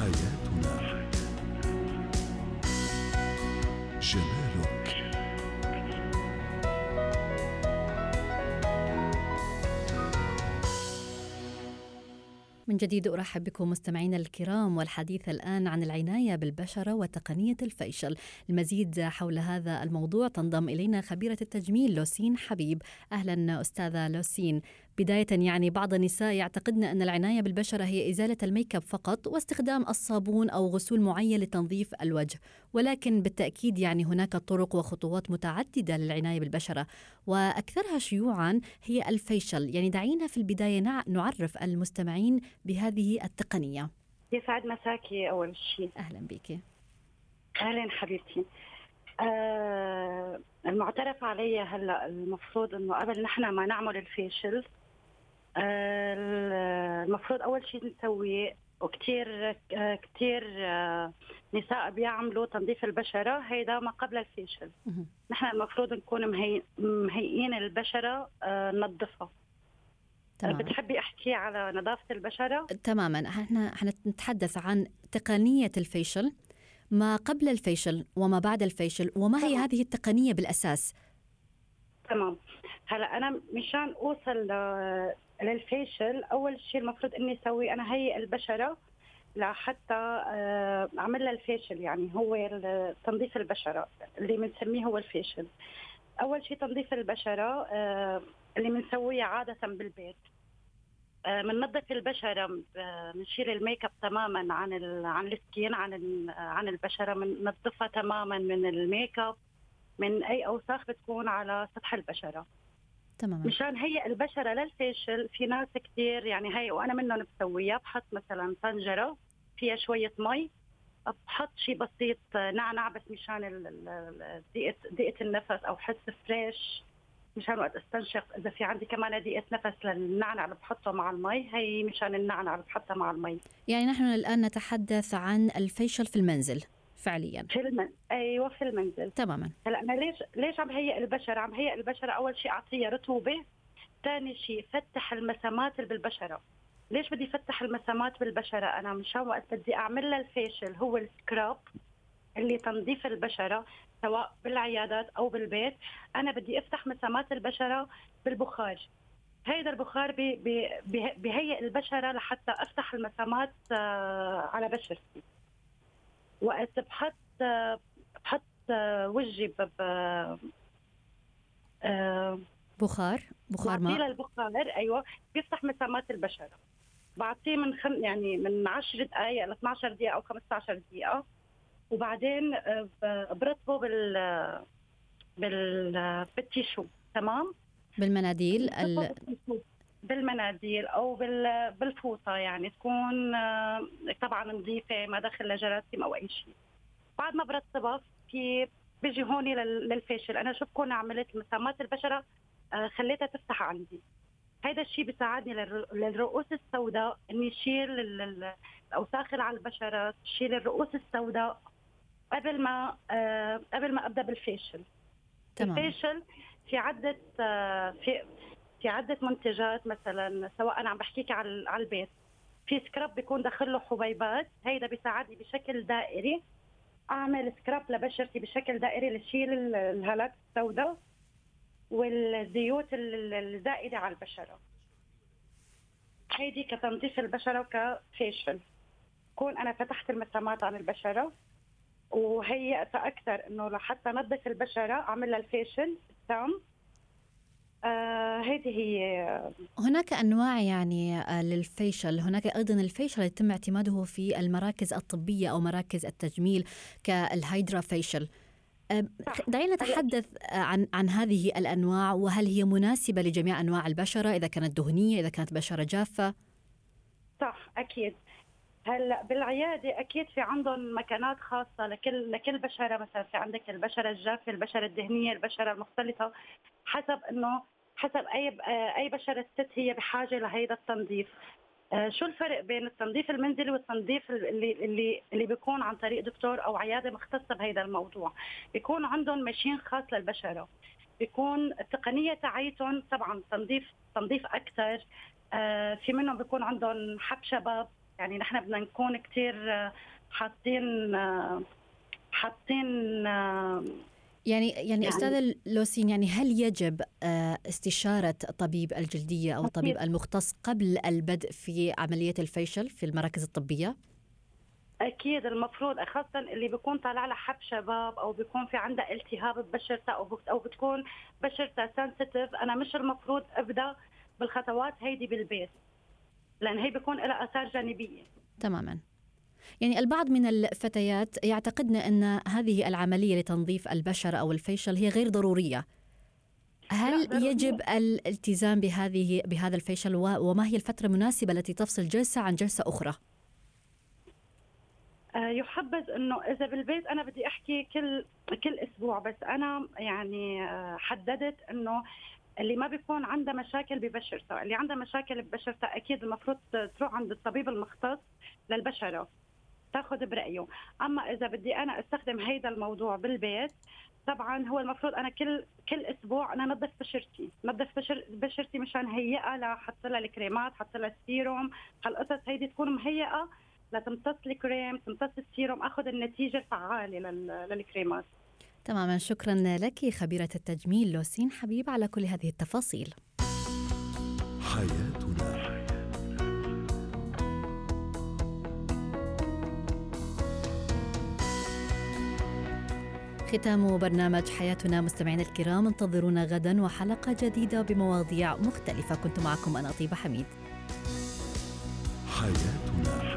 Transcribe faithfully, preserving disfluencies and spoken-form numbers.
حياتنا. جمالك. من جديد أرحب بكم مستمعينا الكرام، والحديث الآن عن العناية بالبشرة وتقنية الفيشل. المزيد حول هذا الموضوع تنضم إلينا خبيرة التجميل لوسين حبيب. أهلا أستاذة لوسين. بداية يعني بعض النساء يعتقدن أن العناية بالبشرة هي إزالة الميك اب فقط واستخدام الصابون أو غسول معين لتنظيف الوجه، ولكن بالتأكيد يعني هناك طرق وخطوات متعددة للعناية بالبشرة، وأكثرها شيوعا هي الفيشل. يعني دعينا في البداية نعرف المستمعين بهذه التقنية. يسعد مساكي أول شيء. أهلا بك. أهلا حبيبتي. آه المعترف علي هلأ المفروض أنه قبل نحن ما نعمل الفيشل آه المفروض أول شيء نسويه، وكتير آه كتير آه نساء بيعملوا تنظيف البشرة، هيدا ما قبل الفيشل. نحن المفروض نكون مهي... مهيئين البشرة آه ننظفها. تمام. بتحبي أحكي على نظافة البشرة؟ تماما. احنا حنتحدث عن تقنية الفيشل، ما قبل الفيشل وما بعد الفيشل، وما هي هذه التقنية بالأساس. تمام. هلا أنا مشان أوصل للفيشل أول شيء المفروض إني أسوي أنا هيئ البشرة لحتى أعمل لها الفيشل، يعني هو تنظيف البشرة اللي بنسميه هو الفيشل. أول شيء تنظيف البشرة اللي بنسويه عادة بالبيت، بننظف البشرة، بنشيل الميك اب تماما عن ال عن السكين عن عن البشرة، بننظفها تماما من الميك اب، من أي أوساخ بتكون على سطح البشرة. تمام. مشان هي البشرة للفيشل في ناس كتير يعني هي وأنا منهم بسويها، بحط مثلا طنجرة فيها شوية مي، بحط شيء بسيط نعنع بس مشان ضيقة ضيقة النفس، أو حس فريش مشان وقت استنشق. إذا في عندي كمان ضيقة نفس للنعنع اللي بحطه مع المي، هي مشان النعنع اللي بحطه مع المي. يعني نحن الآن نتحدث عن الفيشل في المنزل فعليا. في المن... أيوة في المنزل. تماما. هلا أنا ليش ليش عم هيئ البشرة؟ عم هيئ البشرة أول شيء أعطيها رطوبة، ثاني شيء فتح المسامات اللي بالبشرة. ليش بدي فتح المسامات بالبشرة؟ أنا مشان وقت بدي أعمل لها الفيشل هو السكراب اللي تنظيف البشرة سواء بالعيادات أو بالبيت، أنا بدي أفتح مسامات البشرة بالبخار. هيدا البخار بي بي بيهيئ البشرة لحتى أفتح المسامات على بشرتي. وقت بحط بحط وجهي ب بخار بخار ماء. البخار أيوة بيفتح مسامات البشرة. بعطيه من خم يعني من عشر دقائق ل اثنتي عشرة دقيقة أو خمسة عشر دقيقة، وبعدين برطبه بال بال بالتيشو. تمام. بالمناديل ال... بالمناديل او بال... بالفوطه، يعني تكون طبعا نظيفه ما دخل جراثيم او اي شيء. بعد ما برطبها في بيجي هوني لل... للفيشل. انا شو بكون عملت مسامات البشره خليتها تفتح عندي. هذا الشيء بيساعدني لل... للرؤوس السوداء اني اشيل ال... الاوساخ اللي على البشره، تشيل الرؤوس السوداء قبل ما آه قبل ما ابدا بالفيشل. تمام. الفيشل في عده آه في في عده منتجات، مثلا سواء انا عم بحكيك على على البيت، في سكراب بيكون داخل له حبيبات، هيدا بيساعدني بشكل دائري اعمل سكراب لبشرتي بشكل دائري لشيل الهالات السوداء والزيوت الزائده على البشره. هيدي كتنظيف البشره وكفيشل. كون انا فتحت المسامات عن البشره وهيئتها أكثر إنه لحتى نظف البشرة أعمل لها الفيشل التام. آه هذه هي. هناك أنواع يعني للفيشل، هناك أيضا الفيشل يتم اعتماده في المراكز الطبية أو مراكز التجميل كالهيدرا فيشل. دعينا نتحدث عن عن هذه الأنواع، وهل هي مناسبة لجميع أنواع البشرة، إذا كانت دهنية، إذا كانت بشرة جافة؟ صح أكيد. هلا بالعياده اكيد في عندهم مكانات خاصه لكل لكل بشره، مثلا في عندك البشره الجافه، البشره الدهنيه، البشره المختلطه، حسب انه حسب اي اي بشره ست هي بحاجه لهيدا التنظيف. آه شو الفرق بين التنظيف المنزلي والتنظيف اللي اللي اللي بيكون عن طريق دكتور او عياده مختصه بهيدا الموضوع؟ بيكون عندهم ماشين خاص للبشره، بيكون التقنيه تاعيتهم طبعا تنظيف تنظيف اكثر. آه في منهم بيكون عندهم حب شباب، يعني نحن بدنا نكون كتير حاطين حاطين يعني يعني, يعني أستاذة لوسين، يعني هل يجب استشارة طبيب الجلدية أو الطبيب المختص قبل البدء في عملية الفيشل في المراكز الطبية؟ أكيد المفروض، خاصة اللي بيكون طالع له حب شباب أو بيكون في عنده التهاب ببشرته أو أو بتكون بشرته سنسيتيف. أنا مش المفروض أبدأ بالخطوات هيدي بالبيت، لأن هي بيكون لها آثار جانبية. تماماً. يعني البعض من الفتيات يعتقدن أن هذه العملية لتنظيف البشرة أو الفيشل هي غير ضرورية. هل يجب الالتزام بهذه بهذا الفيشل، وما هي الفترة المناسبة التي تفصل جلسة عن جلسة أخرى؟ يحبذ انه اذا بالبيت انا بدي احكي كل كل اسبوع، بس انا يعني حددت انه اللي ما بيكون عنده مشاكل ببشرته، اللي عنده مشاكل ببشرته اكيد المفروض تروح عند الطبيب المختص للبشره تاخذ برايه. اما اذا بدي انا استخدم هيدا الموضوع بالبيت، طبعا هو المفروض انا كل كل اسبوع انا نظف بشرتي، نظف بشر بشرتي مشان هيئه لحط لها الكريمات، حط لها السيروم، هالقصص هيدي تكون مهيئه لتمتص الكريم، تمتص السيروم، اخذ النتيجه الفعاله للكريمات. تماما، شكرا لك خبيره التجميل لوسين حبيب على كل هذه التفاصيل. حياتنا. ختام برنامج حياتنا مستمعينا الكرام، انتظرونا غدا وحلقه جديده بمواضيع مختلفه. كنت معكم انا طيبه حميد. حياتنا.